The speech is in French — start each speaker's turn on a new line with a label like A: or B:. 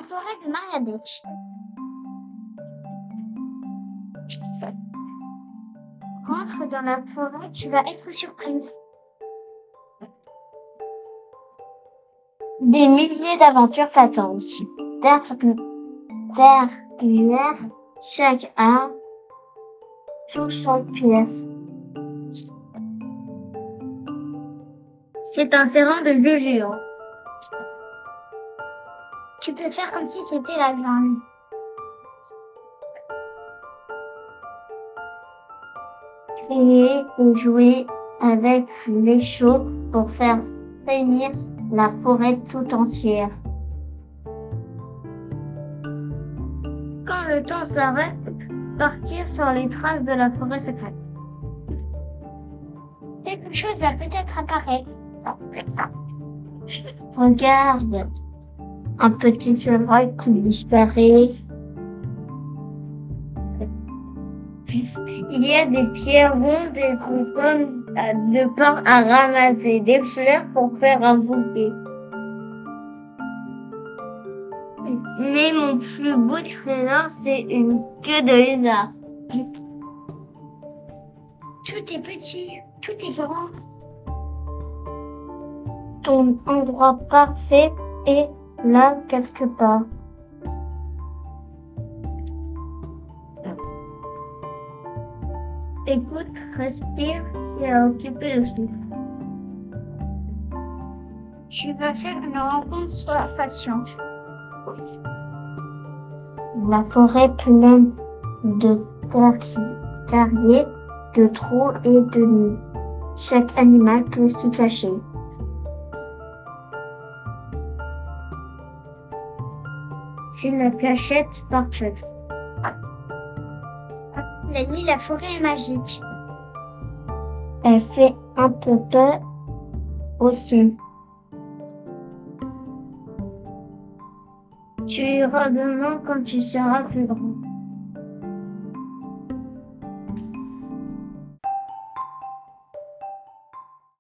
A: forêt de Mariabeach. Rentre dans la forêt, tu vas être surprise. Des milliers d'aventures t'attendent. Derrière chaque arbre, tout son pièce. C'est un terrain de jeu géant. Tu peux faire comme si c'était la jungle. Crier et jouer avec les chauds pour faire frémir la forêt tout entière. Quand le temps s'arrête, partir sur les traces de la forêt secrète. Quelque chose va peut-être apparaître. Regarde, un petit chevreuil qui disparaît. Il y a des pierres rondes et pommes de pin à ramasser, des fleurs pour faire un bouquet. Mais mon plus beau trésor, c'est une queue de lézard. Tout est petit, tout est grand. Ton endroit parfait est là quelque part. Écoute, respire, c'est à occuper le souffle. Tu vas faire une rencontre, sois patiente. La forêt pleine de terriers, de trous et de nids. Chaque animal peut s'y cacher. C'est la cachette parfaite. La nuit, la forêt est magique. Elle fait un peu peur aussi. Tu iras demain quand tu seras plus grand.